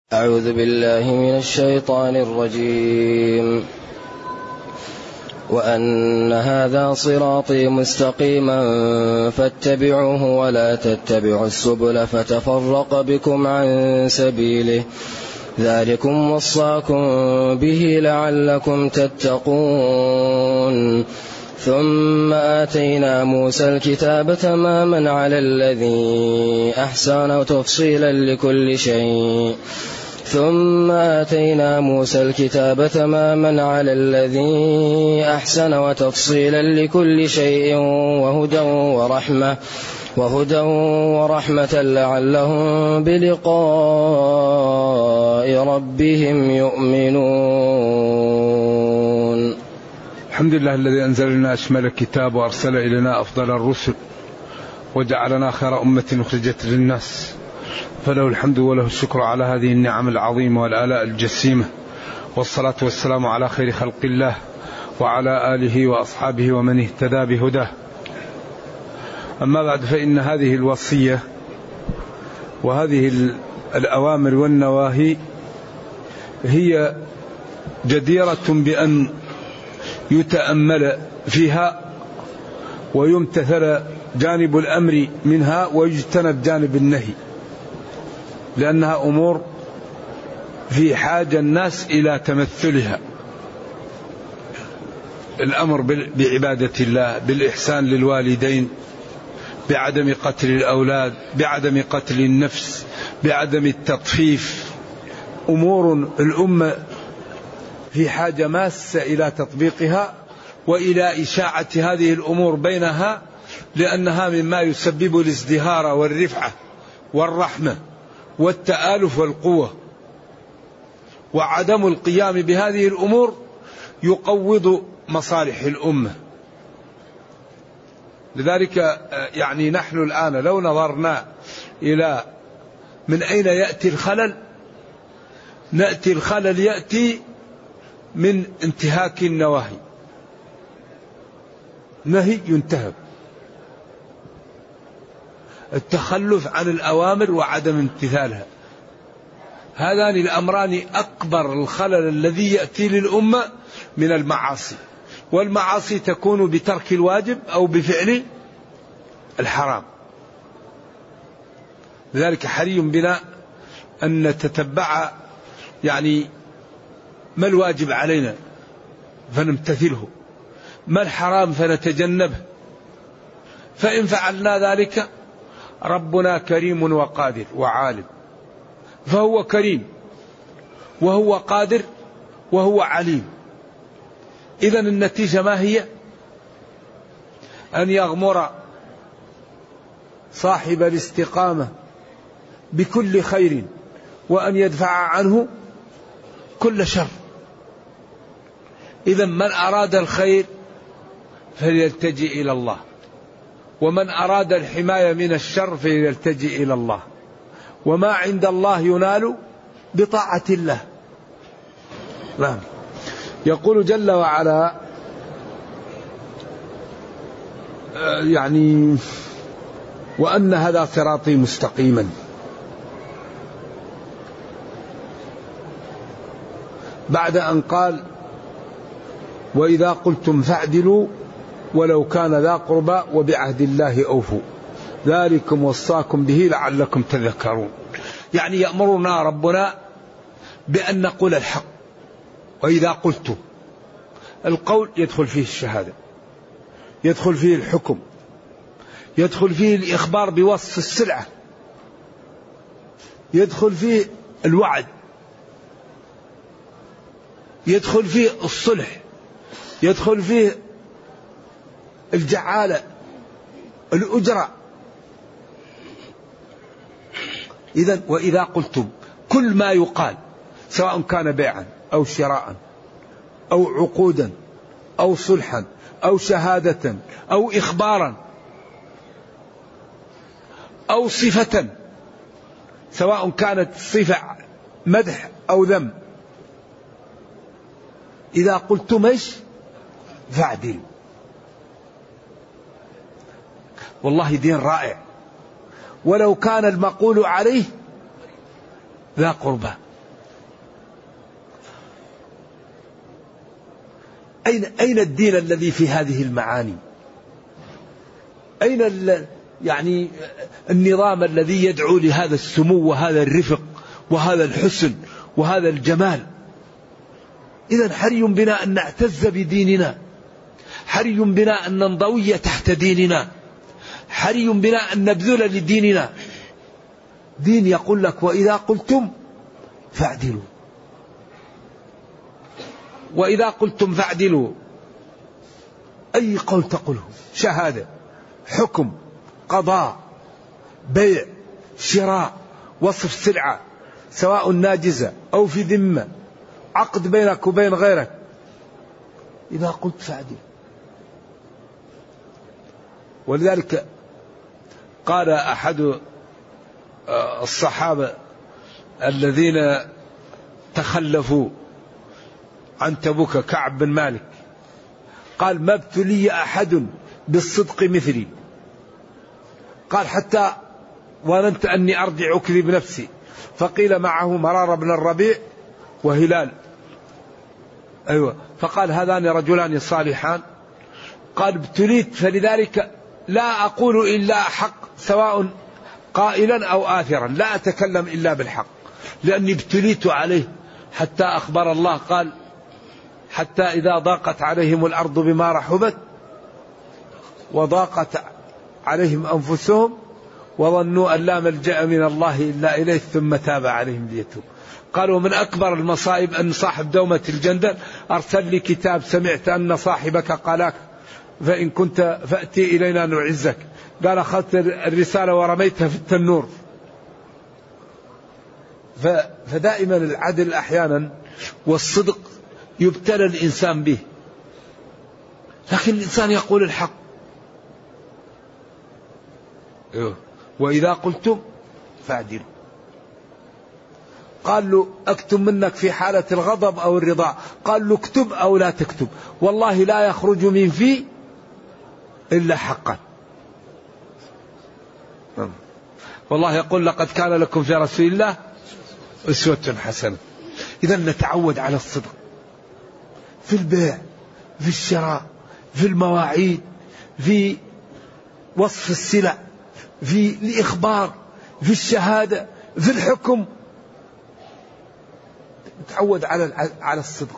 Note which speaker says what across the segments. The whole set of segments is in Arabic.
Speaker 1: أعوذ بالله من الشيطان الرجيم. وأن هذا صراطي مستقيما فاتبعوه ولا تتبعوا السبل فتفرق بكم عن سبيله ذلكم وصاكم به لعلكم تتقون. ثم آتينا موسى الكتاب تماما على الذي أحسن وتفصيلا لكل شيء وهدى ورحمة لعلهم بلقاء ربهم يؤمنون.
Speaker 2: الحمد لله الذي أنزل لنا أشمل الكتاب وأرسل إلينا أفضل الرسل وجعلنا خير أمة أخرجت للناس، فله الحمد وله الشكر على هذه النعم العظيمة والآلاء الجسيمة، والصلاة والسلام على خير خلق الله وعلى آله وأصحابه ومن اهتدى بهداه. أما بعد، فإن هذه الوصية وهذه الأوامر والنواهي هي جديرة بأن يتأمل فيها ويمتثل جانب الأمر منها ويجتنب جانب النهي، لأنها أمور في حاجة الناس إلى تمثلها. الأمر بعبادة الله، بالإحسان للوالدين، بعدم قتل الأولاد، بعدم قتل النفس، بعدم التطفيف، أمور الأمة في حاجة ماسة إلى تطبيقها وإلى إشاعة هذه الأمور بينها، لأنها مما يسبب الازدهار والرفعة والرحمة والتآلف والقوة. وعدم القيام بهذه الأمور يقوض مصالح الأمة. لذلك يعني نحن الآن لو نظرنا إلى من أين يأتي الخلل، نأتي الخلل يأتي من انتهاك النواهي. نهي ينتهك، التخلف عن الأوامر وعدم امتثالها، هذان الأمران أكبر الخلل الذي يأتي للأمة من المعاصي. والمعاصي تكون بترك الواجب أو بفعل الحرام. لذلك حري بنا أن نتتبع يعني ما الواجب علينا فنمتثله، ما الحرام فنتجنبه. فإن فعلنا ذلك ربنا كريم وقادر وعالم، فهو كريم وهو قادر وهو عليم. إذن النتيجة ما هي؟ أن يغمر صاحب الاستقامة بكل خير وأن يدفع عنه كل شر. إذن من أراد الخير فليلتجئ إلى الله، ومن أراد الحماية من الشر فليلتجئ إلى الله. وما عند الله ينال بطاعة الله. نعم. يقول جل وعلا يعني وأن هذا صراطي مستقيما، بعد أن قال وإذا قلتم فاعدلوا ولو كان ذا قربى وبعهد الله أوفوا ذلكم وصاكم به لعلكم تذكرون. يعني يأمرنا ربنا بأن نقول الحق. وإذا قلتم، القول يدخل فيه الشهادة، يدخل فيه الحكم، يدخل فيه الإخبار بوصف السلعة، يدخل فيه الوعد، يدخل فيه الصلح، يدخل فيه الجعالة، الأجرة. إذن وإذا قلتم، كل ما يقال سواء كان بيعا أو شراء أو عقودا أو صلحا أو شهادة أو إخبارا أو صفة، سواء كانت صفة مدح أو ذم، إذا قلتم ايش؟ فاعدلوا. والله دين رائع. ولو كان المقول عليه ذا قربى، أين الدين الذي في هذه المعاني؟ أين يعني النظام الذي يدعو لهذا السمو وهذا الرفق وهذا الحسن وهذا الجمال؟ إذن حري بنا أن نعتز بديننا، حري بنا أن ننضوي تحت ديننا، حري بنا أن نبذل لديننا. دين يقول لك وإذا قلتم فاعدلوا، وإذا قلتم فاعدلوا، أي قول تقوله، شهادة، حكم، قضاء، بيع، شراء، وصف سلعة سواء ناجزة أو في ذمة، عقد بينك وبين غيرك، إذا قلت فاعدل. ولذلك قال أحد الصحابة الذين تخلفوا عن تبوك، كعب بن مالك، قال ما ابتلي أحد بالصدق مثلي، قال حتى ظننت أني أرجع أكذب نفسي، فقيل معه مرار بن الربيع وهلال، أيوة، فقال هذان رجلان صالحان، قال ابتليت فلذلك لا أقول إلا حق سواء قائلا أو آثرا، لا أتكلم إلا بالحق لأني ابتليت عليه. حتى أخبر الله قال حتى إذا ضاقت عليهم الأرض بما رحبت وضاقت عليهم أنفسهم وظنوا أن لا ملجأ من الله إلا إليه ثم تاب عليهم ليتوب. قالوا من أكبر المصائب أن صاحب دومة الجندل أرسل لي كتاب سمعت أن صاحبك قالك فإن كنت فأتي إلينا نعزك، قال أخذت الرسالة ورميتها في التنور. فدائما العدل أحيانا والصدق يبتلى الإنسان به، لكن الإنسان يقول الحق. وإذا قلتم فاعدلوا. قال له أكتب منك في حالة الغضب أو الرضا، قال له اكتب أو لا تكتب، والله لا يخرج من في إلا حقا. والله يقول لقد كان لكم في رسول الله أسوة حسنة. إذا نتعود على الصدق في البيع، في الشراء، في المواعيد، في وصف السلع، في الإخبار، في الشهادة، في الحكم، نتعود على الصدق.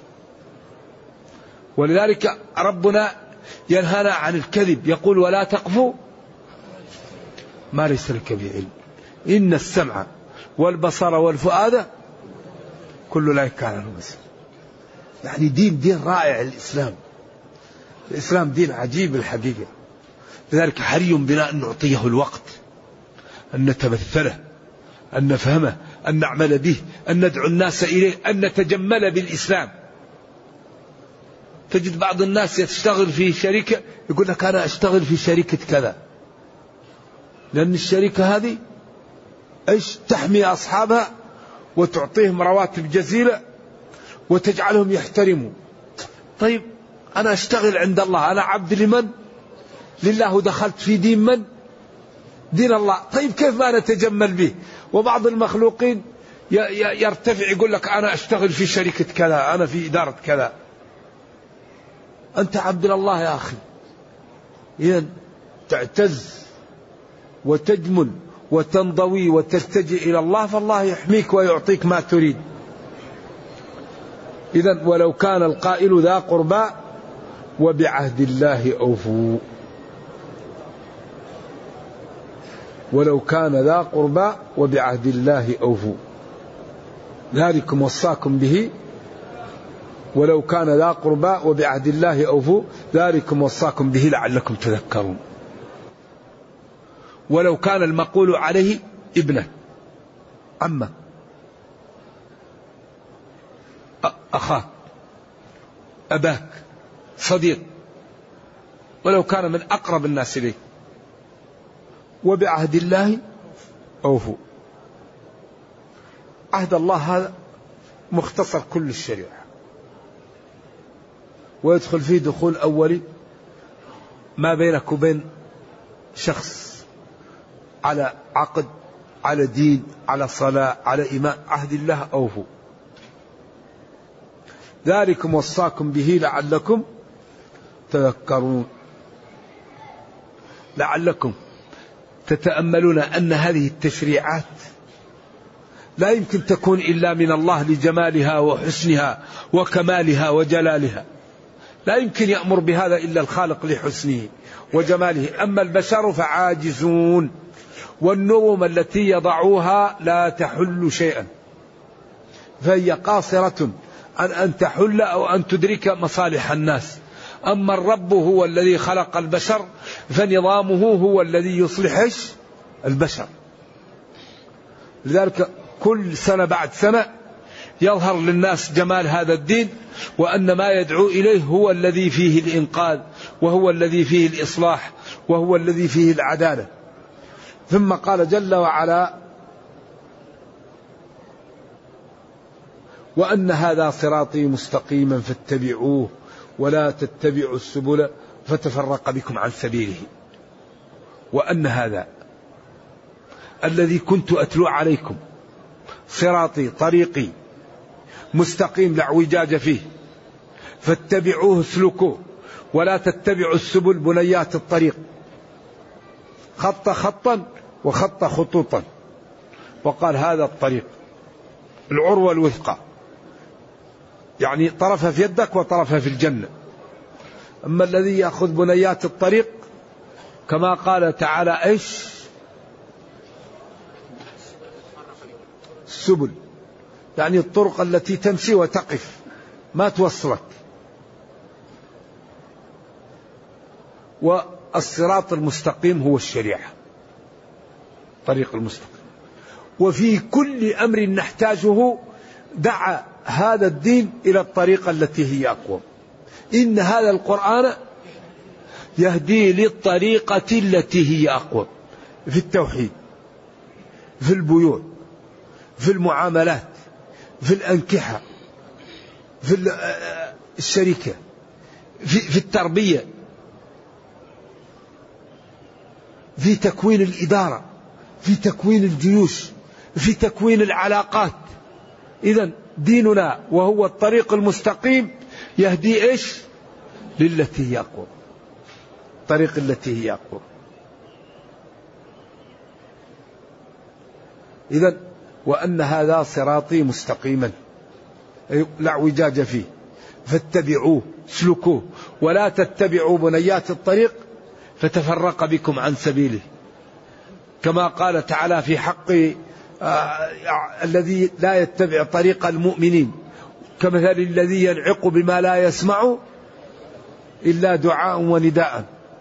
Speaker 2: ولذلك ربنا ينهانا عن الكذب، يقول ولا تقف ما ليس لك به علم إن السمع والبصر والفؤاد كل لا كان له مسؤول. يعني دين رائع الإسلام دين عجيب الحقيقة. لذلك حري بنا أن نعطيه الوقت، أن نتمثله، أن نفهمه، أن نعمل به، أن ندعو الناس إليه، أن نتجمل بالإسلام. تجد بعض الناس يشتغل في شركة يقول لك أنا أشتغل في شركة كذا، لأن الشركة هذه إيش تحمي أصحابها وتعطيهم رواتب جزيلة وتجعلهم يحترموا. طيب أنا أشتغل عند الله، أنا عبد لمن؟ لله، ودخلت في دين من؟ دين الله. طيب كيف ما نتجمل به؟ وبعض المخلوقين يرتفع يقول لك أنا أشتغل في شركة كذا، أنا في إدارة كذا. أنت عبد الله يا أخي، إذن تعتز وتجمل وتنضوي وتلتجئ إلى الله، فالله يحميك ويعطيك ما تريد. إذن ولو كان القائل ذا قربى وبعهد الله أوفوا، ولو كان ذا قربى وبعهد الله أوفوا ذلكم وصاكم به، ولو كان ذا قربى وبعهد الله أوفوا ذلكم وصاكم به لعلكم تذكرون. ولو كان المقول عليه ابنه، عمك، أخاك، أباك، صديق، ولو كان من أقرب الناس إليه، وبعهد الله أوفوا. عهد الله هذا مختصر كل الشريعة، ويدخل فيه دخول أولي ما بينك وبين شخص على عقد، على دين، على صلاة، على إيمان. عهد الله أوفوا ذلكم وصاكم به لعلكم تذكرون. لعلكم تتأملون أن هذه التشريعات لا يمكن تكون إلا من الله لجمالها وحسنها وكمالها وجلالها، لا يمكن يأمر بهذا إلا الخالق لحسنه وجماله. أما البشر فعاجزون، والنظم التي يضعوها لا تحل شيئا، فهي قاصرة عن أن تحل أو أن تدرك مصالح الناس. أما الرب هو الذي خلق البشر، فنظامه هو الذي يصلح البشر. لذلك كل سنة بعد سنة يظهر للناس جمال هذا الدين، وأن ما يدعو إليه هو الذي فيه الإنقاذ، وهو الذي فيه الإصلاح، وهو الذي فيه العدالة. ثم قال جل وعلا: وأن هذا صراطي مستقيما فاتبعوه ولا تتبعوا السبل فتفرق بكم عن سبيله. وأن هذا الذي كنت أتلو عليكم صراطي طريقي مستقيم لا اعوجاج فيه، فاتبعوه اسلكوه ولا تتبعوا السبل بنيات الطريق، خط خطا وخط خطوطا، وقال هذا الطريق العروة الوثقى، يعني طرفها في يدك وطرفها في الجنة. أما الذي يأخذ بنيات الطريق كما قال تعالى إيش؟ السبل، يعني الطرق التي تمشي وتقف ما توصلك. والصراط المستقيم هو الشريعة، طريق المستقيم. وفي كل أمر نحتاجه دعا هذا الدين إلى الطريقة التي هي أقوم. إن هذا القرآن يهدي للطريقة التي هي أقوم، في التوحيد، في البيوع، في المعاملات، في الأنكحة، في الشركة، في التربية، في تكوين الإدارة، في تكوين الجيوش، في تكوين العلاقات. إذن ديننا وهو الطريق المستقيم يهدي إيش؟ للتي هي أقوم، الطريق التي هي أقوم. إذن وأن هذا صراطي مستقيما لا اعوجاج فيه فاتبعوه اسلكوه ولا تتبعوا بنيات الطريق فتفرق بكم عن سبيله. كما قال تعالى في حق الذي لا يتبع طريق المؤمنين كمثل الذي ينعق بما لا يسمع إلا دعاء ونداء.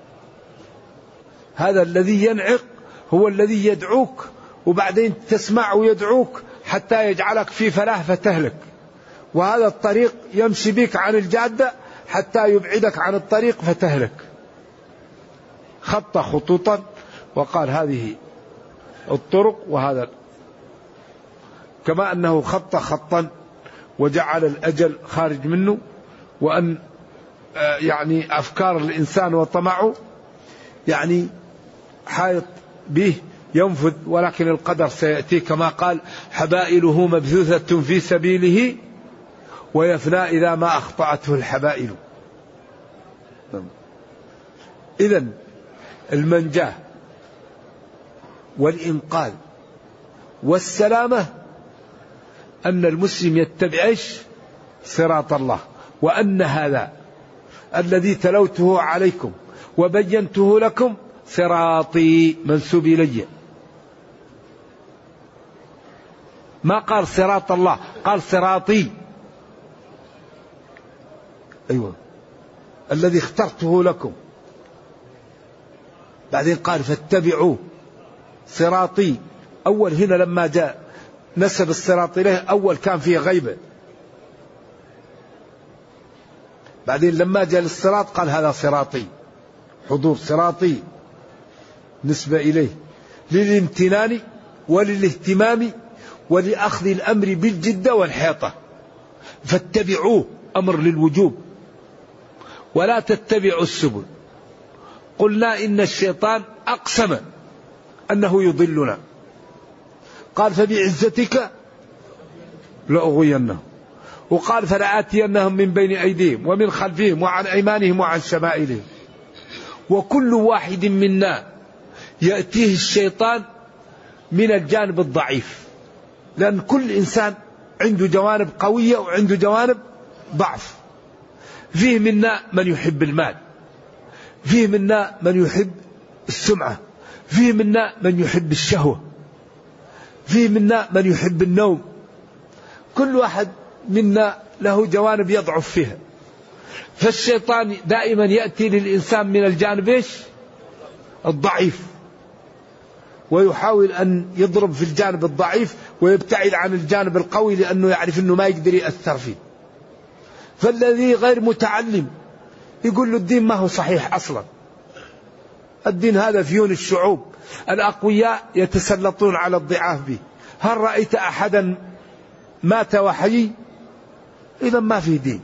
Speaker 2: هذا الذي ينعق هو الذي يدعوك وبعدين تسمع ويدعوك حتى يجعلك في فلاح فتهلك، وهذا الطريق يمشي بك عن الجادة حتى يبعدك عن الطريق فتهلك. خط خطوطا وقال هذه الطرق، وهذا كما أنه خط خطا وجعل الأجل خارج منه، وأن يعني أفكار الإنسان وطمعه يعني حائط به ينفذ، ولكن القدر سيأتي كما قال حبائله مبثوثة في سبيله ويفنى إذا ما أخطأته الحبائل. إذن المنجاة والإنقاذ والسلامة أن المسلم يتبع صراط الله، وأن هذا الذي تلوته عليكم وبينته لكم صراطي منسوب إلي. ما قال صراط الله، قال صراطي، أيوة الذي اخترته لكم. بعدين قال فاتبعوا صراطي. أول هنا لما جاء نسب الصراط إليه أول كان فيه غيبة، بعدين لما جاء للصراط قال هذا صراطي، حضور صراطي نسبة إليه للامتنان وللاهتمام ولأخذ الأمر بالجدة والحيطة. فاتبعوه أمر للوجوب ولا تتبعوا السبل. قلنا إن الشيطان أقسم أنه يضلنا، قال فبعزتك لأغوينه وقال فلآتينهم من بين أيديهم ومن خلفهم وعن أيمانهم وعن شمائلهم. وكل واحد منا يأتيه الشيطان من الجانب الضعيف، لأن كل إنسان عنده جوانب قوية وعنده جوانب ضعف. فيه منا من يحب المال، فيه منا من يحب السمعة، فيه منا من يحب الشهوة، فيه منا من يحب النوم. كل واحد منا له جوانب يضعف فيها. فالشيطان دائما يأتي للإنسان من الجانب الضعيف، ويحاول أن يضرب في الجانب الضعيف ويبتعد عن الجانب القوي، لأنه يعرف أنه ما يقدر يأثر فيه. فالذي غير متعلم يقول له الدين ما هو صحيح أصلا، الدين هذا فيون الشعوب، الأقوياء يتسلطون على الضعاف به. هل رأيت أحدا مات وحي؟ إذا ما في دين.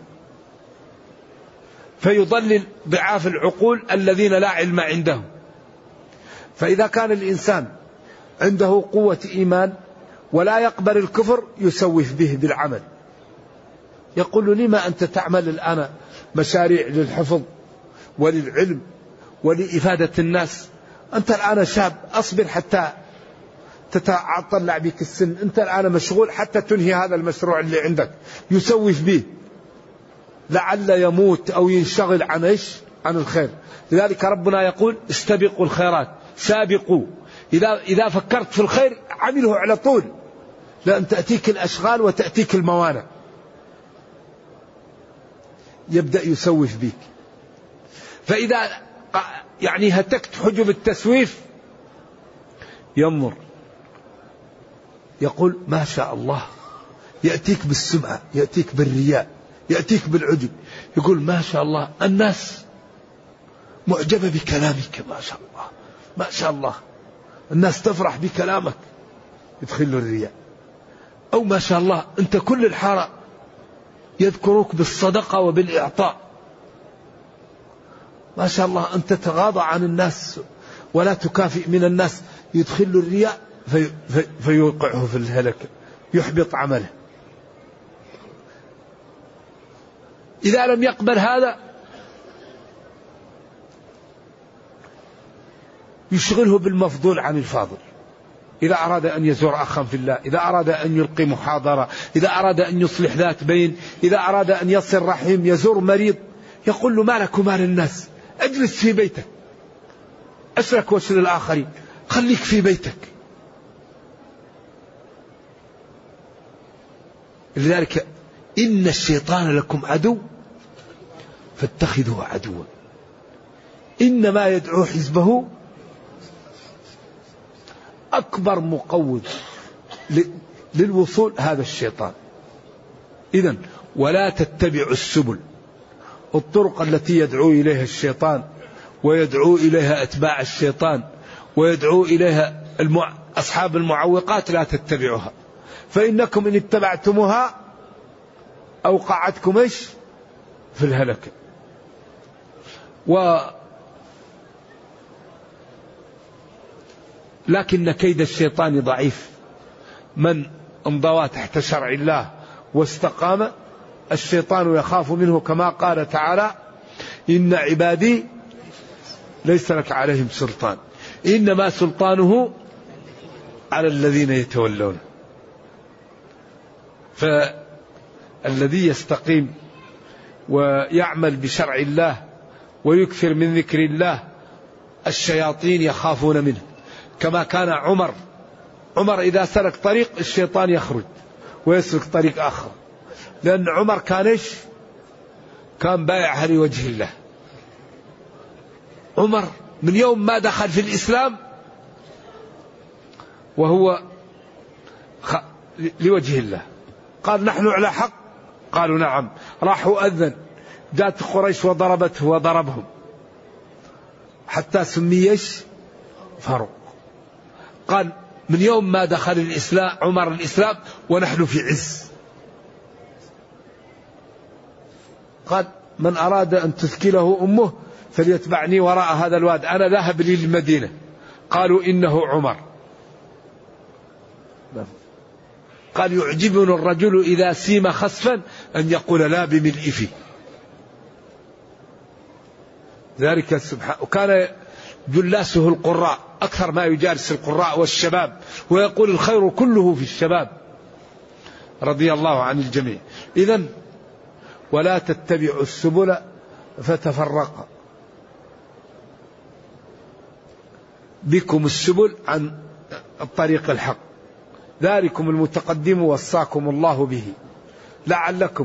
Speaker 2: فيضلل ضعاف العقول الذين لا علم عندهم. فإذا كان الإنسان عنده قوة إيمان ولا يقبل الكفر يسوف به بالعمل، يقول لما أنت تعمل الآن مشاريع للحفظ وللعلم ولإفادة الناس؟ أنت الآن شاب، أصبر حتى تتطلع بك السن، أنت الآن مشغول حتى تنهي هذا المشروع اللي عندك. يسوف به لعل يموت أو ينشغل عن الخير. لذلك ربنا يقول استبقوا الخيرات، سابقوا. إذا فكرت في الخير عمله على طول، لأن تأتيك الأشغال وتأتيك الموانع. يبدأ يسوف بك. فإذا هتكت حجب التسويف ينظر يقول ما شاء الله، يأتيك بالسمعة، يأتيك بالرياء، يأتيك بالعجب. يقول ما شاء الله الناس معجبة بكلامك، ما شاء الله ما شاء الله، الناس تفرح بكلامك، يدخل له الرياء. أو ما شاء الله أنت كل الحارة يذكروك بالصدقة وبالإعطاء، ما شاء الله أنت تتغاضى عن الناس ولا تكافئ من الناس، يدخل له الرياء فيوقعه في الهلكة، يحبط عمله. إذا لم يقبل هذا يشغله بالمفضول عن الفاضل. إذا أراد أن يزور أخا في الله، إذا أراد أن يلقي محاضرة، إذا أراد أن يصلح ذات بين، إذا أراد أن يصل رحم، يزور مريض، يقول له مالك ومال الناس، أجلس في بيتك، أشرك وشر الآخرين، خليك في بيتك. لذلك إن الشيطان لكم عدو فاتخذوه عدوا إنما يدعو حزبه. أكبر مقوض للوصول هذا الشيطان. إذن ولا تتبعوا السبل، الطرق التي يدعو إليها الشيطان ويدعو إليها أتباع الشيطان ويدعو إليها أصحاب المعوقات، لا تتبعوها، فإنكم إن اتبعتموها أوقعتكم في الهلكة. لكن كيد الشيطان ضعيف. من انضوى تحت شرع الله واستقام الشيطان يخاف منه، كما قال تعالى إن عبادي ليس لك عليهم سلطان إنما سلطانه على الذين يتولونه. فالذي يستقيم ويعمل بشرع الله ويكثر من ذكر الله الشياطين يخافون منه. كما كان عمر إذا سلك طريق الشيطان يخرج ويسلك طريق آخر، لأن عمر كان بايعها لوجه الله. عمر من يوم ما دخل في الإسلام وهو لوجه الله، قال نحن على حق، قالوا نعم، راحوا أذن، جاءت قريش وضربته وضربهم حتى سمي فاروق. قال من يوم ما دخل عمر الإسلام ونحن في عز. قال من أراد أن تثكله أمه فليتبعني وراء هذا الواد، أنا ذاهب لي للمدينة. قالوا إنه عمر. قال يعجبني الرجل إذا سيم خسفا أن يقول لا بملء فيه. ذلك سبحانه. وكان جلاسه القراء أكثر ما يجالس القراء والشباب، ويقول الخير كله في الشباب رضي الله عن الجميع. إذن ولا تتبعوا السبل فتفرق بكم السبل عن الطريق الحق، ذلكم المتقدم وصاكم الله به لعلكم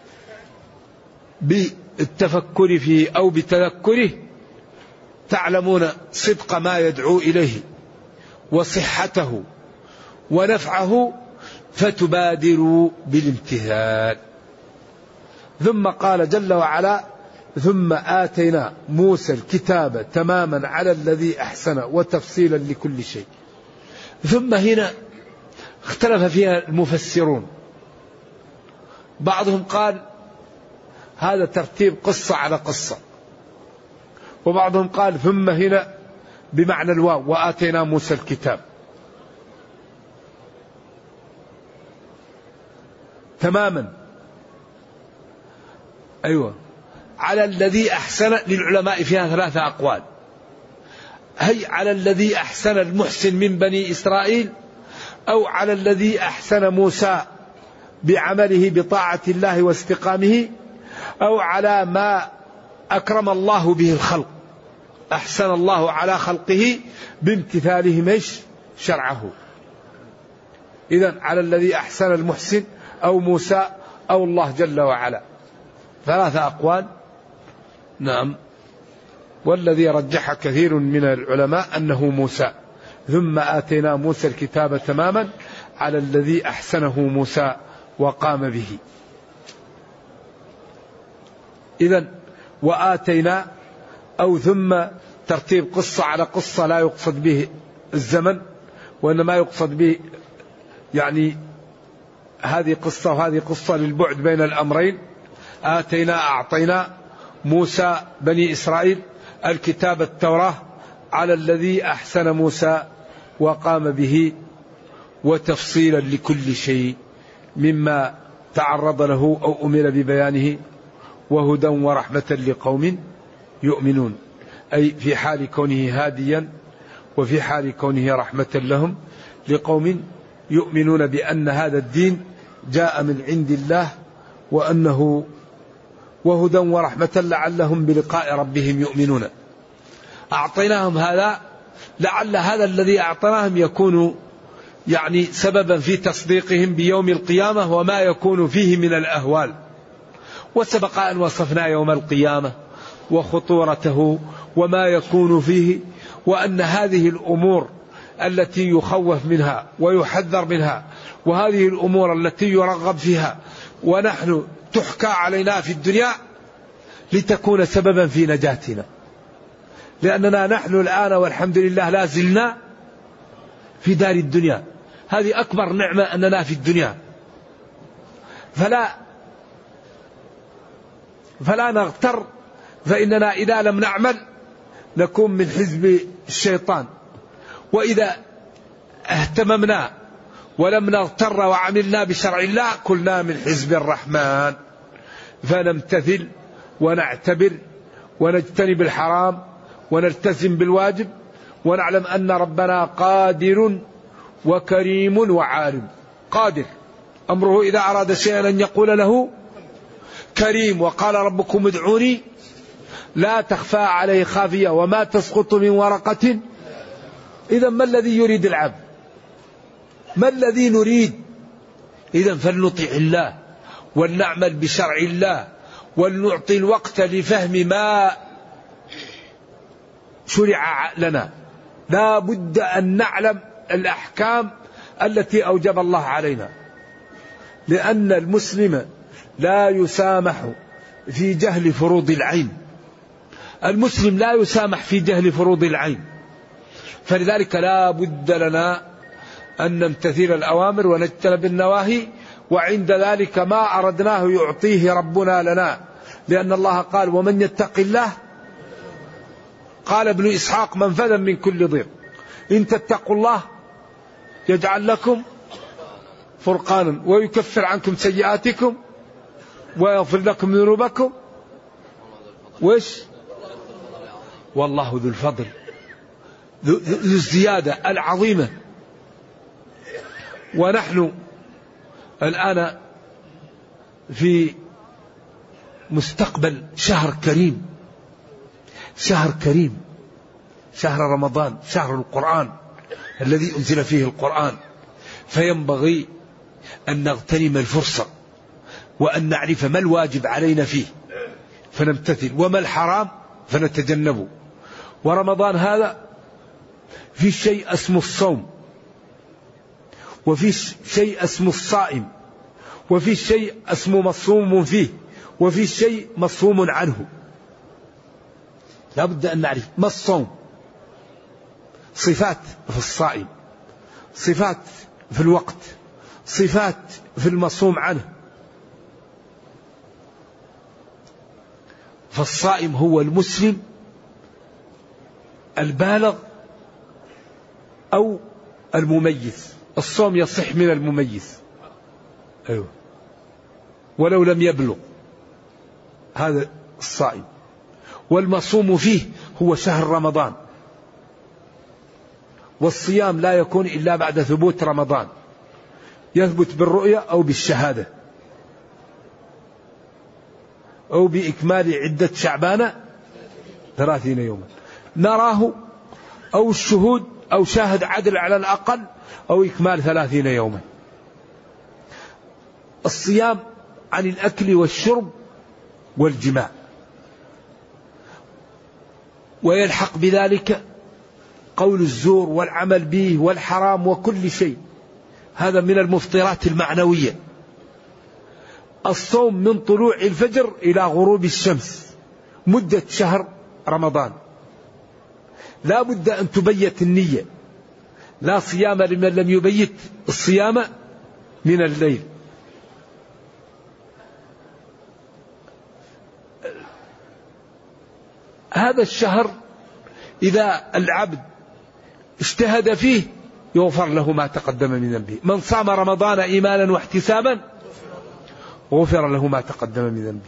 Speaker 2: بالتفكر فيه أو بتذكره تعلمون صدق ما يدعو إليه وصحته ونفعه فتبادروا بالامتثال. ثم قال جل وعلا ثم آتينا موسى الكتاب تماما على الذي أحسن وتفصيلا لكل شيء. ثم هنا اختلف فيها المفسرون، بعضهم قال هذا ترتيب قصة على قصة، وبعضهم قال ثم هنا بمعنى الواو وآتينا موسى الكتاب تماما. أيوة على الذي أحسن، للعلماء فيها 3 أقوال، هي على الذي أحسن المحسن من بني إسرائيل، أو على الذي أحسن موسى بعمله بطاعة الله واستقامه، أو على ما أكرم الله به الخلق، أحسن الله على خلقه بامتثالهم شرعه. إذن على الذي أحسن المحسن أو موسى أو الله جل وعلا، 3 أقوال. نعم، والذي رجح كثير من العلماء أنه موسى. ثم آتينا موسى الكتاب تماما على الذي أحسنه موسى وقام به. إذن وآتينا أو ثم ترتيب قصة على قصة لا يقصد به الزمن، وإنما يقصد به يعني هذه قصة وهذه قصة للبعد بين الأمرين. آتينا أعطينا موسى بني إسرائيل الكتاب التوراة على الذي أحسن موسى وقام به وتفصيلا لكل شيء مما تعرض له أو أمر ببيانه وهدى ورحمة لقوم يؤمنون، أي في حال كونه هاديا وفي حال كونه رحمة لهم لقوم يؤمنون بأن هذا الدين جاء من عند الله وأنه وهدى ورحمة لعلهم بلقاء ربهم يؤمنون. أعطيناهم هذا لعل هذا الذي أعطيناهم يكون يعني سببا في تصديقهم بيوم القيامة وما يكون فيه من الأهوال. وسبق أن وصفنا يوم القيامة وخطورته وما يكون فيه، وأن هذه الأمور التي يخوف منها ويحذر منها، وهذه الأمور التي يرغب فيها ونحن تحكى علينا في الدنيا لتكون سببا في نجاتنا، لأننا نحن الآن والحمد لله لا زلنا في دار الدنيا، هذه أكبر نعمة أننا في الدنيا، فلا نغتر، فإننا إذا لم نعمل نكون من حزب الشيطان، وإذا اهتممنا ولم نغتر وعملنا بشرع الله كلنا من حزب الرحمن، فنمتثل ونعتبر ونجتنب الحرام ونلتزم بالواجب، ونعلم أن ربنا قادر وكريم وعالم. قادر أمره إذا أراد شيئا أن يقول له كريم، وقال ربكم ادعوني لا تخفى عليه خافية وما تسقط من ورقة. إذا ما الذي يريد العبد؟ ما الذي نريد؟ إذا فلنطيع الله ولنعمل بشرع الله ولنعطي الوقت لفهم ما شرع لنا. لا بد أن نعلم الأحكام التي أوجب الله علينا، لأن المسلم لا يسامح في جهل فروض العين، المسلم لا يسامح في جهل فروض العين، فلذلك لا بد لنا أن نمتثل الأوامر ونجتنب النواهي، وعند ذلك ما أردناه يعطيه ربنا لنا، لأن الله قال ومن يتق الله قال ابن إسحاق منفذا من كل ضيق، إن تتقوا الله يجعل لكم فرقانا ويكفر عنكم سيئاتكم ويغفر لكم ذنوبكم. وش؟ والله ذو الفضل ذو الزيادة العظيمة. ونحن الآن في مستقبل شهر كريم، شهر كريم، شهر رمضان، شهر القرآن الذي أنزل فيه القرآن، فينبغي أن نغتنم الفرصة وأن نعرف ما الواجب علينا فيه فنمتثل وما الحرام فنتجنبه. ورمضان هذا في شيء اسمه الصوم، وفي شيء اسمه الصائم، وفي شيء اسمه مصوم فيه، وفي شيء مصوم عنه. لا بد أن نعرف ما الصوم. صفات في الصائم، صفات في الوقت، صفات في المصوم عنه. فالصائم هو المسلم البالغ أو المميز. الصوم يصح من المميز، أيوة، ولو لم يبلغ، هذا الصائم. والمصوم فيه هو شهر رمضان. والصيام لا يكون إلا بعد ثبوت رمضان، يثبت بالرؤية أو بالشهادة أو بإكمال عدة شعبان 30 يوما نراه، أو الشهود أو شاهد عدل على الأقل، أو إكمال 30 يوما. الصيام عن الأكل والشرب والجماع، ويلحق بذلك قول الزور والعمل به والحرام وكل شيء، هذا من المفطرات المعنوية. الصوم من طلوع الفجر إلى غروب الشمس مدة شهر رمضان، لا بد أن تبيت النية، لا صيام لمن لم يبيت الصيام من الليل. هذا الشهر إذا العبد اجتهد فيه يغفر له ما تقدم من ذنبه. من صام رمضان إيمانا واحتسابا غفر له ما تقدم من ذنبه.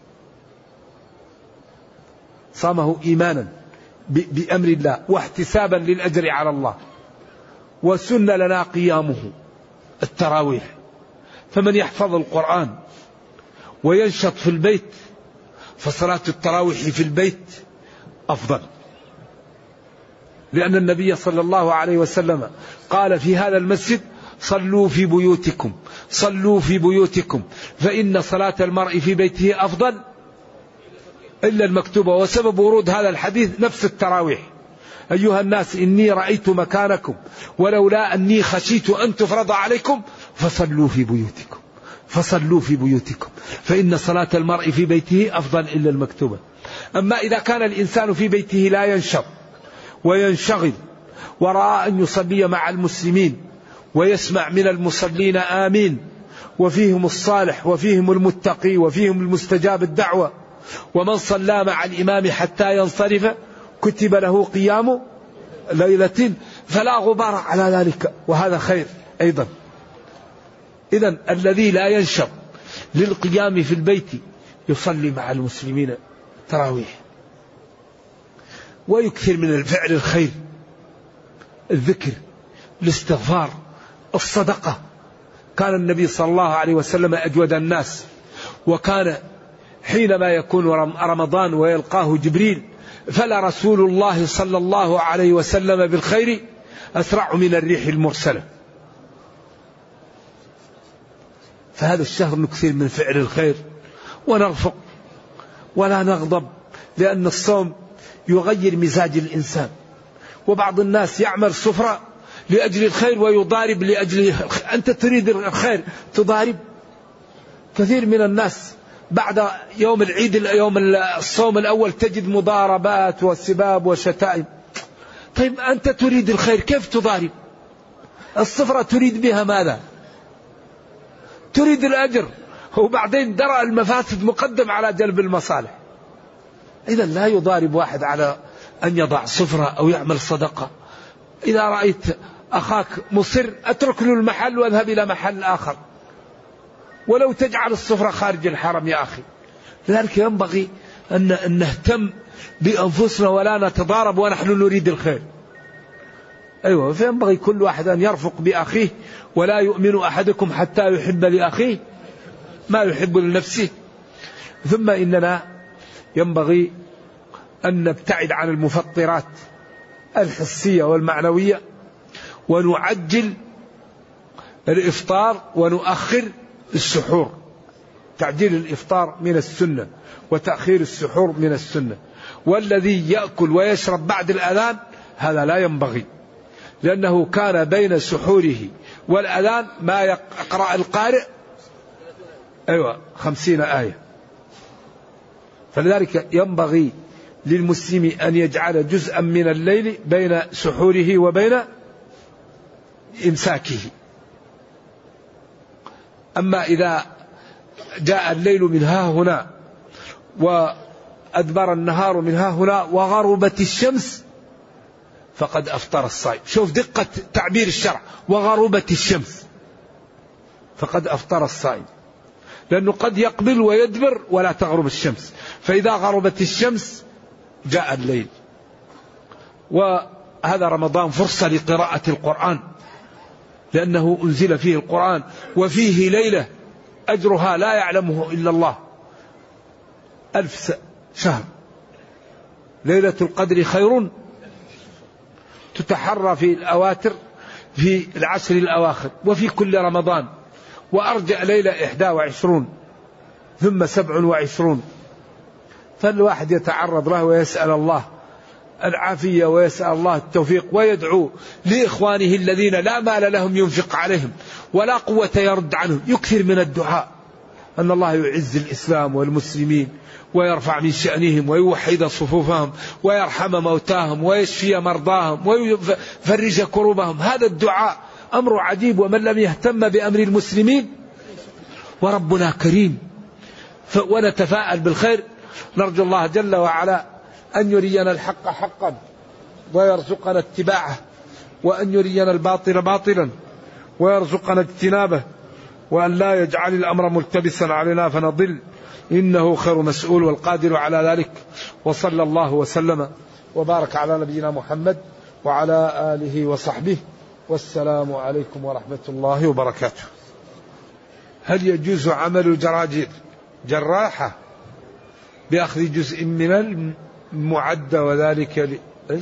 Speaker 2: صامه إيمانا بأمر الله واحتسابا للأجر على الله. وسن لنا قيامه التراويح، فمن يحفظ القرآن وينشط في البيت فصلاة التراويح في البيت أفضل، لأن النبي صلى الله عليه وسلم قال في هذا المسجد: صلوا في بيوتكم، صلوا في بيوتكم، فإن صلاة المرء في بيته أفضل إلا المكتوبة. وسبب ورود هذا الحديث نفس التراويح: أيها الناس إني رأيت مكانكم ولولا أني خشيت أن تفرض عليكم فصلوا في بيوتكم، فصلوا في بيوتكم، فإن صلاة المرء في بيته أفضل إلا المكتوبة. أما إذا كان الإنسان في بيته لا ينشط وينشغل ورأى أن يصلي مع المسلمين ويسمع من المصلين آمين، وفيهم الصالح وفيهم المتقي وفيهم المستجاب الدعوة، ومن صلى مع الإمام حتى ينصرف كتب له قيام ليلة، فلا غبار على ذلك، وهذا خير أيضا. إذن الذي لا ينشط للقيام في البيت يصلي مع المسلمين تراويح، ويكثر من الفعل الخير، الذكر، الاستغفار، الصدقة. كان النبي صلى الله عليه وسلم أجود الناس، وكان حينما يكون رمضان ويلقاه جبريل فلا رسول الله صلى الله عليه وسلم بالخير أسرع من الريح المرسلة. فهذا الشهر نكثر من فعل الخير ونرفق ولا نغضب، لأن الصوم يغير مزاج الإنسان. وبعض الناس يعمل صفرة لأجل الخير ويضارب لأجل أنت تريد الخير تضارب. كثير من الناس بعد يوم العيد، يوم الصوم الأول، تجد مضاربات وسباب وشتائم. طيب أنت تريد الخير كيف تضارب؟ الصفرة تريد بها ماذا؟ تريد الأجر، وبعدين درء المفاسد مقدم على جلب المصالح. إذا لا يضارب واحد على أن يضع صفرة أو يعمل صدقة. إذا رأيت أخاك مصر اترك له المحل واذهب إلى محل آخر، ولو تجعل السفرة خارج الحرم يا أخي. لذلك ينبغي أن نهتم بأنفسنا ولا نتضارب ونحن نريد الخير. أيوة، فينبغي كل واحد أن يرفق بأخيه، ولا يؤمن أحدكم حتى يحب لأخيه ما يحب لنفسه. ثم إننا ينبغي أن نبتعد عن المفطرات الحسية والمعنوية، ونعجل الإفطار ونؤخر السحور. تعجيل الإفطار من السنة، وتأخير السحور من السنة. والذي يأكل ويشرب بعد الأذان هذا لا ينبغي، لأنه كان بين سحوره والأذان ما يقرأ القارئ 50 آية. فلذلك ينبغي للمسلم أن يجعل جزءا من الليل بين سحوره وبين إمساكه. أما إذا جاء الليل من ها هنا وأدبر النهار من ها هنا وغربت الشمس فقد أفطر الصائم. شوف دقة تعبير الشرع، وغربت الشمس فقد أفطر الصائم، لأنه قد يقبل ويدبر ولا تغرب الشمس. فإذا غربت الشمس جاء الليل. وهذا رمضان فرصة لقراءة القرآن، لأنه أنزل فيه القرآن، وفيه ليلة أجرها لا يعلمه إلا الله 1000 شهر. ليلة القدر خير، تتحرى في الأواتر في العشر الأواخر وفي كل رمضان. وأرجع ليلة 21 ثم 27. فالواحد يتعرض له ويسأل الله العافية ويسأل الله التوفيق، ويدعو لإخوانه الذين لا مال لهم ينفق عليهم ولا قوة يرد عنهم. يكثر من الدعاء أن الله يعز الإسلام والمسلمين ويرفع من شأنهم ويوحد صفوفهم ويرحم موتاهم ويشفي مرضاهم ويفرج كروبهم. هذا الدعاء أمر عجيب، ومن لم يهتم بأمر المسلمين. وربنا كريم، ونتفاءل بالخير. نرجو الله جل وعلا أن يرينا الحق حقا ويرزقنا اتباعه، وأن يرينا الباطل باطلا ويرزقنا اجتنابه، وأن لا يجعل الأمر ملتبسا علينا فنضل، إنه خير مسؤول والقادر على ذلك. وصلى الله وسلم وبارك على نبينا محمد وعلى آله وصحبه، والسلام عليكم ورحمة الله وبركاته. هل يجوز عمل الجراجير جراحة بأخذ جزء من المعدة وذلك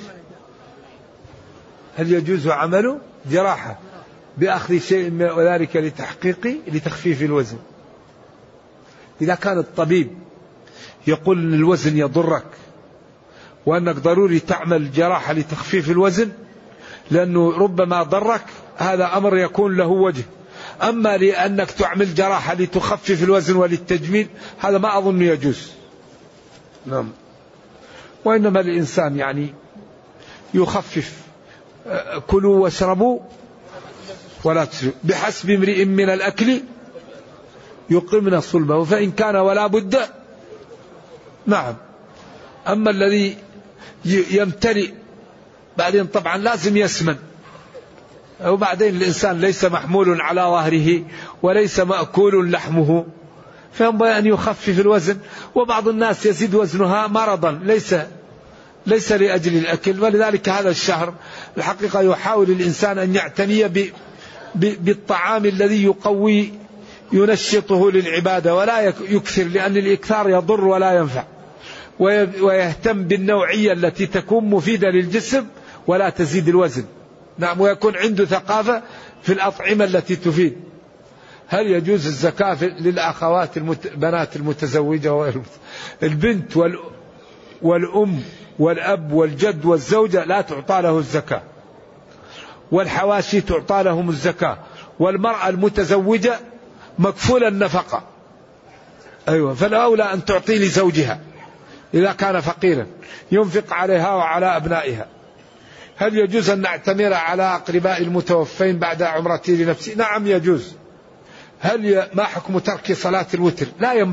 Speaker 2: هل يجوز عمل جراحة بأخذ شيء وذلك لتخفيف الوزن؟ إذا كان الطبيب يقول أن الوزن يضرك وأنك ضروري تعمل جراحة لتخفيف الوزن لأنه ربما ضرك، هذا أمر يكون له وجه. أما لأنك تعمل جراحة لتخفف الوزن وللتجميل، هذا ما أظن يجوز. نعم. وإنما الإنسان يعني يخفف، كلوا واشربوا ولا تسرفوا، بحسب امرئ من الأكل يقمن صلبه، فإن كان ولا بد. نعم. أما الذي يمتلئ بعدين طبعا لازم يسمن، وبعدين الإنسان ليس محمول على ظهره وليس مأكول لحمه، فينبغي أن يخفف الوزن. وبعض الناس يزيد وزنها مرضا ليس لأجل الأكل. ولذلك هذا الشهر الحقيقة يحاول الإنسان أن يعتني بالطعام الذي يقوي ينشطه للعبادة، ولا يكثر، لأن الإكثار يضر ولا ينفع. ويهتم بالنوعية التي تكون مفيدة للجسم ولا تزيد الوزن. نعم. ويكون عنده ثقافة في الأطعمة التي تفيد. هل يجوز الزكاة للأخوات البنات المتزوجة؟ البنت والأم والأب والجد والزوجة لا تعطى له الزكاة، والحواشي تعطى لهم الزكاة، والمرأة المتزوجة مكفولة النفقة. أيوة، فالأولى أن تعطي لزوجها إذا كان فقيرا ينفق عليها وعلى أبنائها. هل يجوز أن نعتمر على أقرباء المتوفين بعد عمرتي لنفسي؟ نعم يجوز. ما حكم ترك صلاة الوتر؟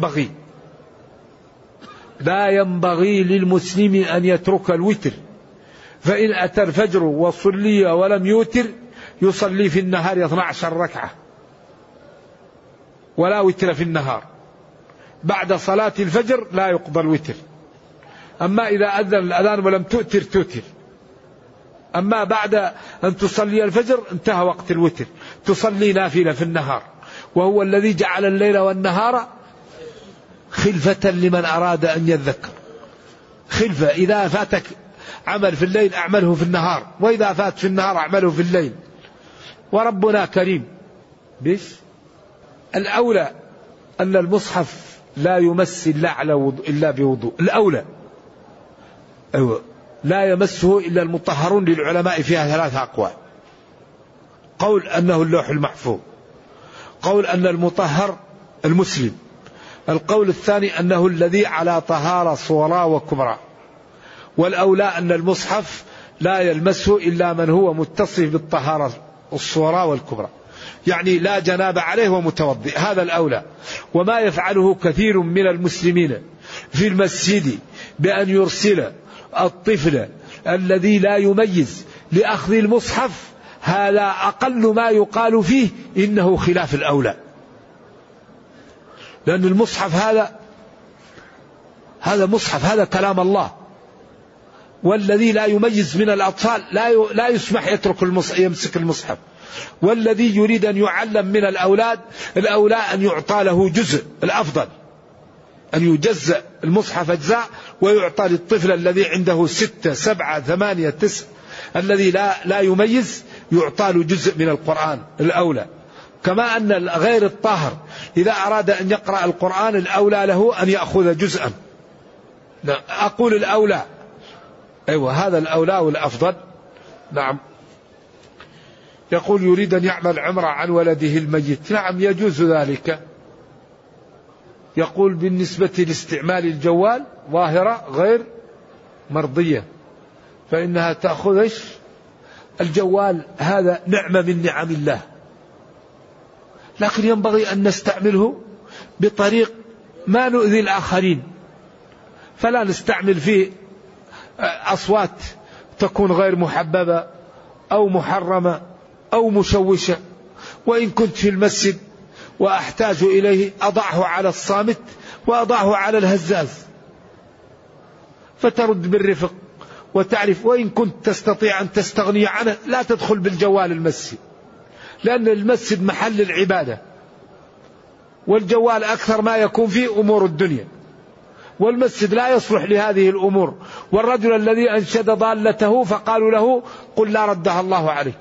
Speaker 2: لا ينبغي للمسلم أن يترك الوتر، فإن أتى الفجر وصلي ولم يوتر يصلي في النهار 12 ركعة ولا وتر في النهار، بعد صلاة الفجر لا يقضى الوتر. أما إذا أذن الأذان ولم تؤتر توتر. أما بعد أن تصلي الفجر انتهى وقت الوتر، تصلي نافلة في النهار. وهو الذي جعل الليل والنهار خلفة لمن أراد أن يذكر. خلفة، إذا فاتك عمل في الليل أعمله في النهار، وإذا فات في النهار أعمله في الليل. وربنا كريم. الأولى أن المصحف لا يمس إلا بوضوء. الأولى لا يمسه إلا المطهرون، للعلماء فيها 3 أقوال. قول أنه اللوح المحفوظ، قول أن المطهر المسلم، القول الثاني أنه الذي على طهارة صغرى وكبرى. والأولى أن المصحف لا يلمسه إلا من هو متصف بالطهارة الصغرى والكبرى، يعني لا جناب عليه ومتوضئ، هذا الأولى. وما يفعله كثير من المسلمين في المسجد بأن يرسل الطفل الذي لا يميز لأخذ المصحف، هذا أقل ما يقال فيه إنه خلاف الأولى. لأن المصحف هذا مصحف، هذا كلام الله. والذي لا يميز من الأطفال لا يسمح يمسك المصحف. والذي يريد أن يعلم من الأولى أن يعطى له جزء، الأفضل أن يجزأ المصحف أجزاء ويعطى للطفل الذي عنده 6 7 8 9 الذي لا يميز، يعطى له جزء من القرآن، الأولى. كما أن غير الطاهر إذا أراد أن يقرأ القرآن الأولى له أن يأخذ جزءا. أقول الأولى، أيوة هذا الأولى والأفضل. نعم. يقول يريد أن يعمل عمرة عن ولده الميت. نعم يجوز ذلك. يقول بالنسبة لاستعمال الجوال ظاهرة غير مرضية، فإنها تأخذ الجوال، هذا نعمة من نعم الله، لكن ينبغي أن نستعمله بطريق ما نؤذي الآخرين. فلا نستعمل فيه أصوات تكون غير محببة أو محرمة أو مشوشة. وإن كنت في المسجد وأحتاج إليه أضعه على الصامت وأضعه على الهزاز، فترد بالرفق وتعرف. وإن كنت تستطيع أن تستغني عنه لا تدخل بالجوال المسجد، لأن المسجد محل العبادة، والجوال أكثر ما يكون فيه أمور الدنيا، والمسجد لا يصلح لهذه الأمور. والرجل الذي أنشد ضالته فقالوا له قل لا ردها الله عليك.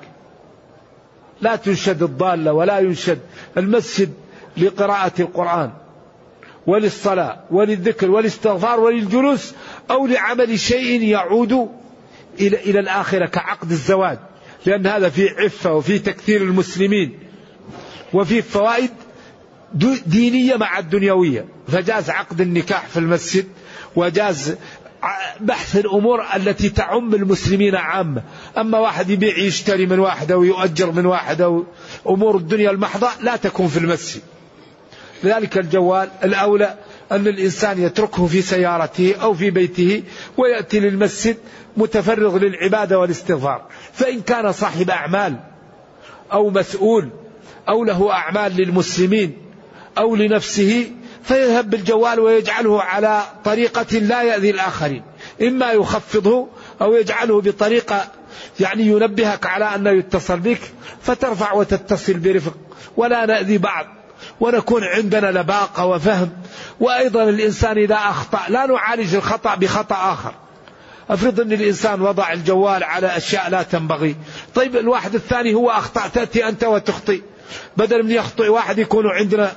Speaker 2: لا تنشد الضالة ولا ينشد المسجد لقراءة القرآن وللصلاة وللذكر والاستغفار وللجلوس، أو لعمل شيء يعود إلى الآخرة كعقد الزواج، لأن هذا فيه عفة وفيه تكثير المسلمين وفيه فوائد دينية مع الدنيوية. فجاز عقد النكاح في المسجد، وجاز بحث الأمور التي تعم المسلمين عامة. أما واحد يبيع يشتري من واحدة ويؤجر من واحدة، أمور الدنيا المحضة لا تكون في المسجد. لذلك الجوال الأولى أن الإنسان يتركه في سيارته أو في بيته ويأتي للمسجد متفرغ للعبادة والاستغفار. فإن كان صاحب أعمال أو مسؤول أو له أعمال للمسلمين أو لنفسه فيذهب بالجوال ويجعله على طريقة لا يأذي الآخرين، إما يخفضه أو يجعله بطريقة يعني ينبهك على أنه يتصل بك فترفع وتتصل برفق، ولا نأذي بعض، ونكون عندنا لباقة وفهم. وأيضا الإنسان إذا أخطأ لا نعالج الخطأ بخطأ آخر. أفرض أن الإنسان وضع الجوال على أشياء لا تنبغي، طيب الواحد الثاني هو أخطأ، تأتي أنت وتخطئ، بدل من يخطئ واحد يكونوا عندنا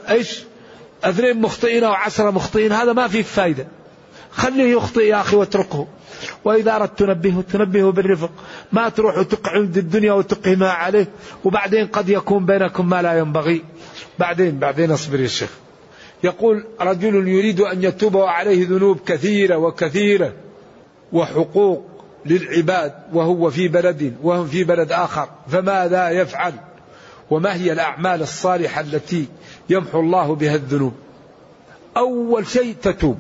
Speaker 2: 2 مخطئين أو 10 مخطئين، هذا ما فيه فايدة. خليه يخطئ يا أخي واتركه. وإذا أردت تنبهه بالرفق، ما تروح وتقعد الدنيا وتقهمها عليه، وبعدين قد يكون بينكم ما لا ينبغي. بعدين أصبر يا شيخ. يقول رجل يريد أن يتوب وعليه ذنوب كثيرة وكثيرة وحقوق للعباد وهو في بلد وهم في بلد آخر، فماذا يفعل؟ وما هي الأعمال الصالحة التي يمحو الله بها الذنوب؟ أول شيء تتوب،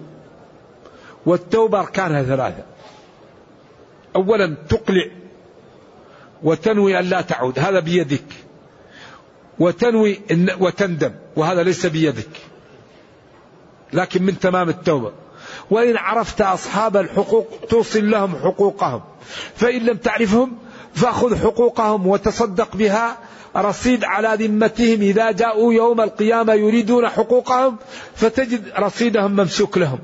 Speaker 2: والتوبة أركانها 3. أولا تقلع وتنوي أن لا تعود، هذا بيدك، وتنوي وتندم، وهذا ليس بيدك لكن من تمام التوبة. وإن عرفت أصحاب الحقوق توصل لهم حقوقهم، فإن لم تعرفهم فأخذ حقوقهم وتصدق بها رصيد على ذمتهم إذا جاءوا يوم القيامة يريدون حقوقهم فتجد رصيدهم ممسوك لهم.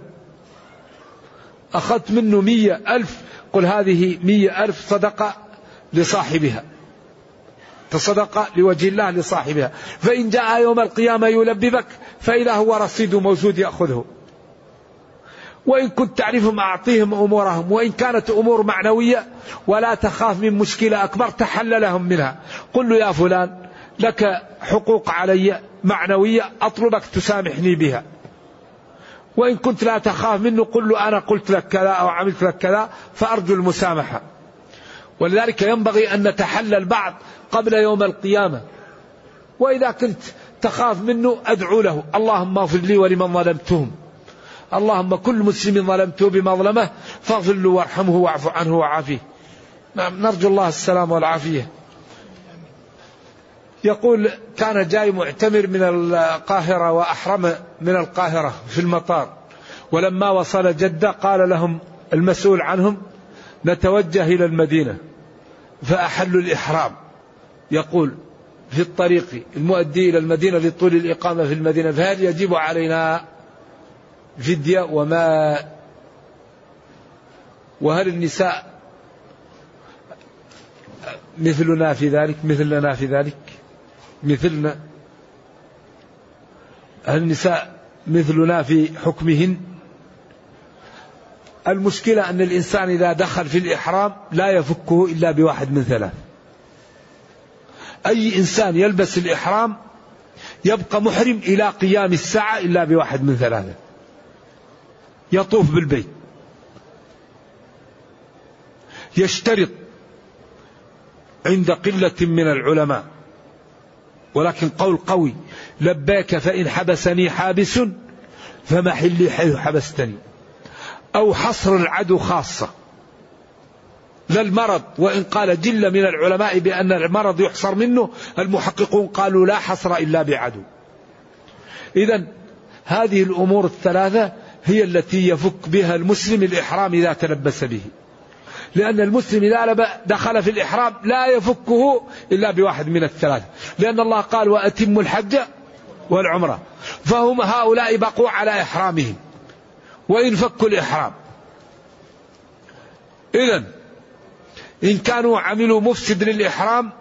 Speaker 2: أخذت منه 100,000، قل هذه 100,000 صدقة لصاحبها، تصدق لوجه الله لصاحبها، فإن جاء يوم القيامة يلببك فإذا هو رصيد موجود يأخذه. وإن كنت تعرفهم أعطيهم أمورهم، وإن كانت أمور معنوية ولا تخاف من مشكلة أكبر تحللهم منها، قل له يا فلان لك حقوق علي معنوية أطلبك تسامحني بها. وإن كنت لا تخاف منه قل له أنا قلت لك كذا أو عملت لك كذا فأرجو المسامحة. ولذلك ينبغي أن نتحلل بعض قبل يوم القيامة. وإذا كنت تخاف منه أدعو له اللهم اغفر لي ولمن ظلمتهم، اللهم كل مسلم ظلمته بمظلمه فاغفر له وارحمه واعف عنه وعافيه. نرجو الله السلام والعافية. يقول كان جاي معتمر من القاهرة وأحرم من القاهرة في المطار، ولما وصل جدة قال لهم المسؤول عنهم نتوجه إلى المدينة، فأحلوا الإحرام. يقول في الطريق المؤدي إلى المدينة لطول الإقامة في المدينة، فهل يجب علينا فدية وما، وهل النساء مثلنا في ذلك، مثلنا في ذلك، مثلنا، هل النساء مثلنا في حكمهن؟ المشكلة أن الإنسان إذا دخل في الإحرام لا يفكه إلا بواحد من ثلاث. أي إنسان يلبس الإحرام يبقى محرم إلى قيام الساعة إلا بواحد من ثلاثة: يطوف بالبيت، يشترط عند قلة من العلماء ولكن قول قوي لبيك فإن حبسني حابس فمحلي حيث حبستني، أو حصر العدو خاصة لا المرض، وإن قال جل من العلماء بأن المرض يحصر منه، المحققون قالوا لا حصر إلا بعدو. إذن هذه الأمور الثلاثة هي التي يفك بها المسلم الإحرام إذا تلبس به، لأن المسلم إذا دخل في الإحرام لا يفكه إلا بواحد من الثلاثة، لأن الله قال وأتموا الحج والعمرة، فهم هؤلاء بقوا على إحرامهم وإن فكوا الإحرام. إذن إن كانوا عملوا مفسد للإحرام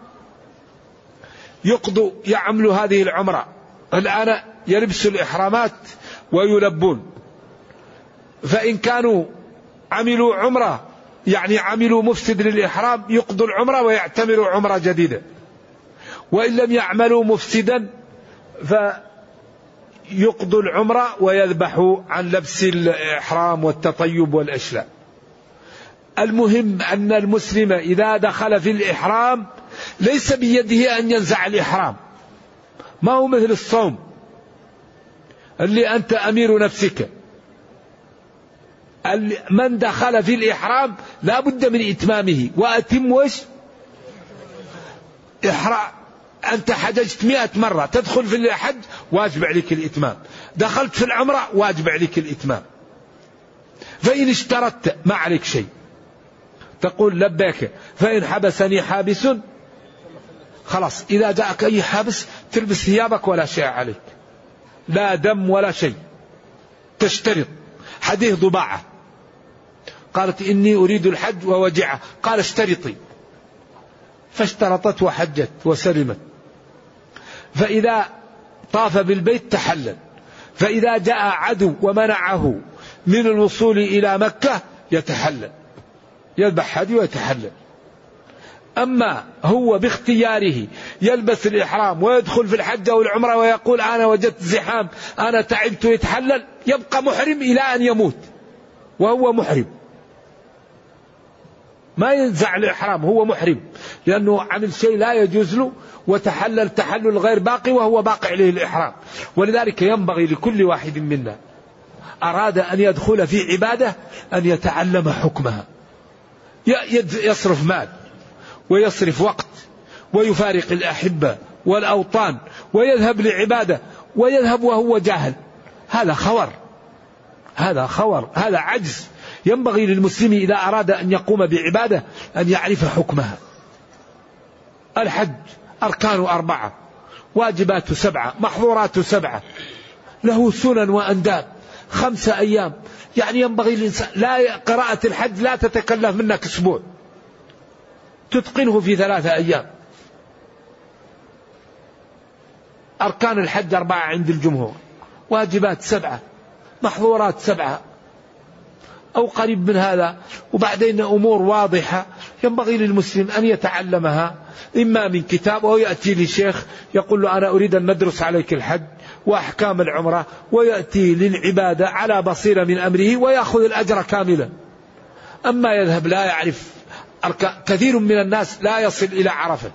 Speaker 2: يعملوا هذه العمرة، الآن يلبسوا الإحرامات ويلبون. فإن كانوا عملوا عمرة يعني عملوا مفسد للإحرام يقضوا العمرة ويعتمروا عمرة جديدة. وإن لم يعملوا مفسدا فيقضوا العمرة ويذبحوا عن لبس الإحرام والتطيب والأشلاء. المهم أن المسلم إذا دخل في الإحرام ليس بيده أن ينزع الإحرام، ما هو مثل الصوم اللي أنت أمير نفسك. من دخل في الإحرام لا بد من إتمامه. وأتم وش إحرام، أنت حججت 100 مرة، تدخل في الحج واجب عليك الإتمام، دخلت في العمرة واجب عليك الإتمام. فإن اشترطت ما عليك شيء، تقول لبيك فإن حبسني حابس، خلاص إذا جاءك أي حابس تلبس ثيابك ولا شيء عليك، لا دم ولا شيء. تشترط حديث ضباعة قالت إني أريد الحج ووجعه، قال اشترطي، فاشترطت وحجت وسلمت. فإذا طاف بالبيت تحلل، فإذا جاء عدو ومنعه من الوصول إلى مكة يتحلل، يذبح هدي ويتحلل. أما هو باختياره يلبس الإحرام ويدخل في الحج والعمرة ويقول أنا وجدت زحام أنا تعبت ويتحلل، يبقى محرم إلى أن يموت وهو محرم، ما ينزع الإحرام، هو محرم لأنه عمل شيء لا يجوز له وتحلل تحلل غير باقي وهو باقي عليه الإحرام. ولذلك ينبغي لكل واحد منا أراد أن يدخل في عبادة أن يتعلم حكمها. يصرف مال ويصرف وقت ويفارق الأحبة والأوطان ويذهب لعبادة ويذهب وهو جاهل، هذا خور، هذا عجز. ينبغي للمسلم إذا أراد أن يقوم بعبادة أن يعرف حكمها. الحج أركان 4، واجبات 7، محظورات 7، له سنن وأنداب 5 أيام. يعني ينبغي الإنسان لا قراءة الحج لا تتكلف منك أسبوع، تتقنه في 3 أيام. أركان الحج 4 عند الجمهور، واجبات 7، محظورات 7 أو قريب من هذا. وبعدين أمور واضحة ينبغي للمسلم أن يتعلمها، إما من كتاب أو يأتي لشيخ يقول له أنا أريد أن ندرس عليك الحج وأحكام العمرة، ويأتي للعبادة على بصيرة من أمره ويأخذ الأجر كاملا. أما يذهب لا يعرف كثير من الناس لا يصل إلى عرفة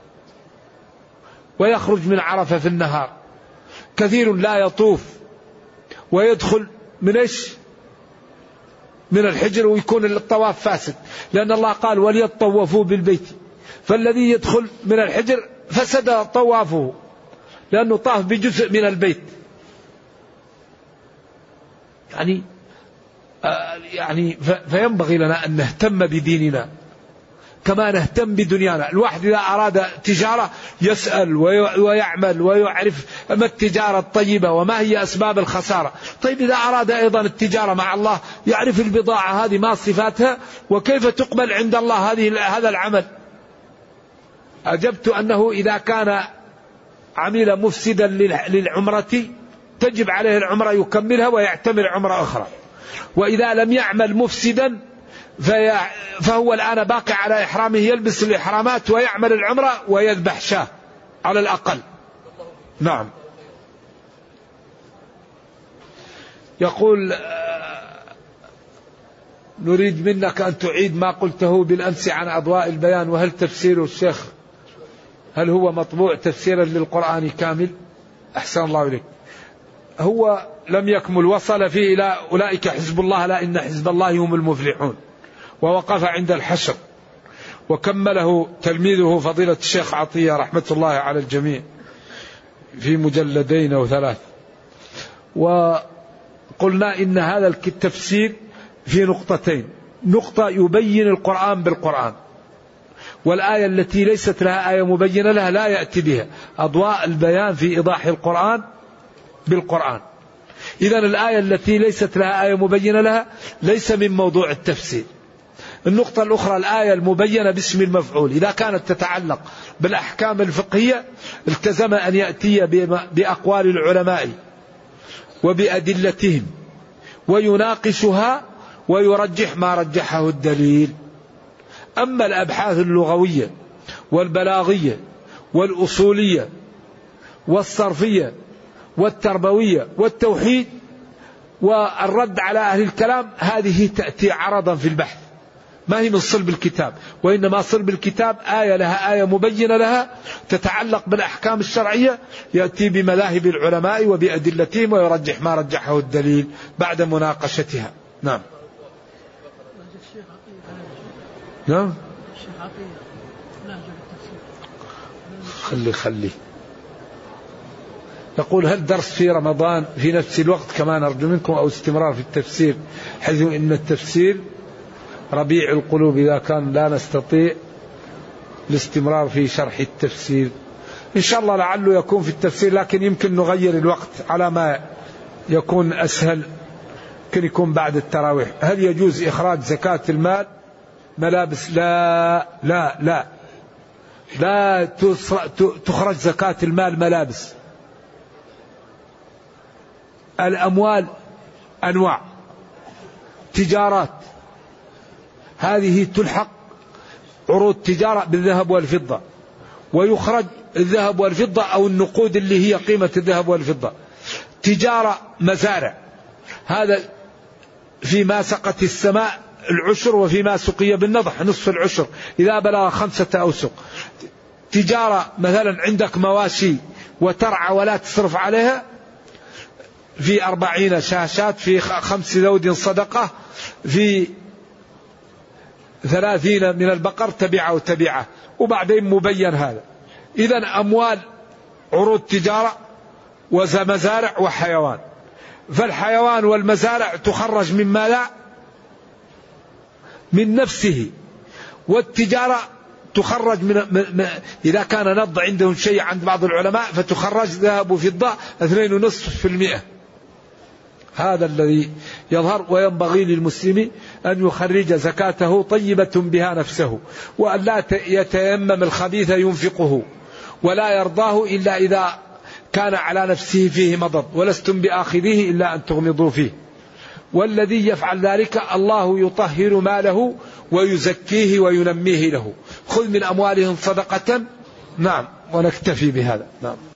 Speaker 2: ويخرج من عرفة في النهار، كثير لا يطوف ويدخل من إيش؟ من الحجر، ويكون الطواف فاسد، لأن الله قال وليطوفوا بالبيت، فالذي يدخل من الحجر فسد طوافه لأنه طاف بجزء من البيت. يعني فينبغي لنا أن نهتم بديننا كما نهتم بدنيانا. الواحد إذا أراد تجارة يسأل ويعمل ويعرف ما التجارة الطيبة وما هي أسباب الخسارة. طيب إذا أراد أيضا التجارة مع الله يعرف البضاعة هذه ما صفاتها وكيف تقبل عند الله هذا العمل. أجبت أنه إذا كان عمل مفسدا للعمرة تجب عليه العمرة يكملها ويعتمر عمرة أخرى، وإذا لم يعمل مفسدا فهو الآن باقي على إحرامه، يلبس الإحرامات ويعمل العمرة ويذبح شاة على الأقل. نعم. يقول نريد منك أن تعيد ما قلته بالأمس عن أضواء البيان، وهل تفسير الشيخ هل هو مطبوع تفسيرا للقرآن كامل؟ أحسن الله إليك. هو لم يكمل، وصل فيه إلى أولئك حزب الله لا إن حزب الله هم المفلحون، ووقف عند الحشر، وكمله تلميذه فضيلة الشيخ عطية رحمة الله على الجميع في مجلدين أو 3. وقلنا إن هذا التفسير في نقطتين: نقطة يبين القرآن بالقرآن، والآية التي ليست لها آية مبينة لها لا يأتي بها. أضواء البيان في إيضاح القرآن بالقرآن. إذن الآية التي ليست لها آية مبينة لها ليس من موضوع التفسير. النقطة الأخرى الآية المبينة باسم المفعول إذا كانت تتعلق بالأحكام الفقهية التزم أن يأتي بأقوال العلماء وبأدلتهم ويناقشها ويرجح ما رجحه الدليل. أما الأبحاث اللغوية والبلاغية والأصولية والصرفية والتربوية والتوحيد والرد على أهل الكلام هذه تأتي عرضا في البحث، ما هي من صلب الكتاب، وإنما صلب الكتاب آية لها آية مبينة لها تتعلق بالأحكام الشرعية، يأتي بمذاهب العلماء وبأدلتهم ويرجح ما رجحه الدليل بعد مناقشتها. نعم. نعم. خلي يقول هل درس في رمضان في نفس الوقت كما نرجو منكم أو استمرار في التفسير، حيث إن التفسير ربيع القلوب إذا كان لا نستطيع الاستمرار في شرح التفسير. إن شاء الله لعله يكون في التفسير، لكن يمكن نغير الوقت على ما يكون أسهل، يمكن يكون بعد التراويح. هل يجوز إخراج زكاة المال ملابس؟ لا تخرج زكاة المال ملابس. الأموال أنواع، تجارات هذه تلحق عروض تجارة بالذهب والفضة، ويخرج الذهب والفضة أو النقود اللي هي قيمة الذهب والفضة. تجارة مزارع، هذا فيما سقت السماء العشر وفيما سقي بالنضح نصف العشر إذا بلغ 5 أوسق. تجارة مثلا عندك مواشي وترعى ولا تصرف عليها، في 40 شاشات، في 5 ذود صدقة، في 30 من البقر تبعه وتبعه، وبعدين مبين هذا. إذن أموال عروض تجارة ومزارع وحيوان، فالحيوان والمزارع تخرج مما لا من نفسه، والتجارة تخرج من إذا كان نض عندهم شيء عند بعض العلماء فتخرج ذهب وفضة 2.5%. هذا الذي يظهر. وينبغي للمسلم أن يخرج زكاته طيبة بها نفسه، وأن لا يتيمم الخبيث ينفقه، ولا يرضاه إلا إذا كان على نفسه فيه مضض، ولستم بآخذيه إلا أن تغمضوا فيه. والذي يفعل ذلك الله يطهر ماله ويزكيه وينميه له. خذ من أموالهم صدقة. نعم، ونكتفي بهذا. نعم.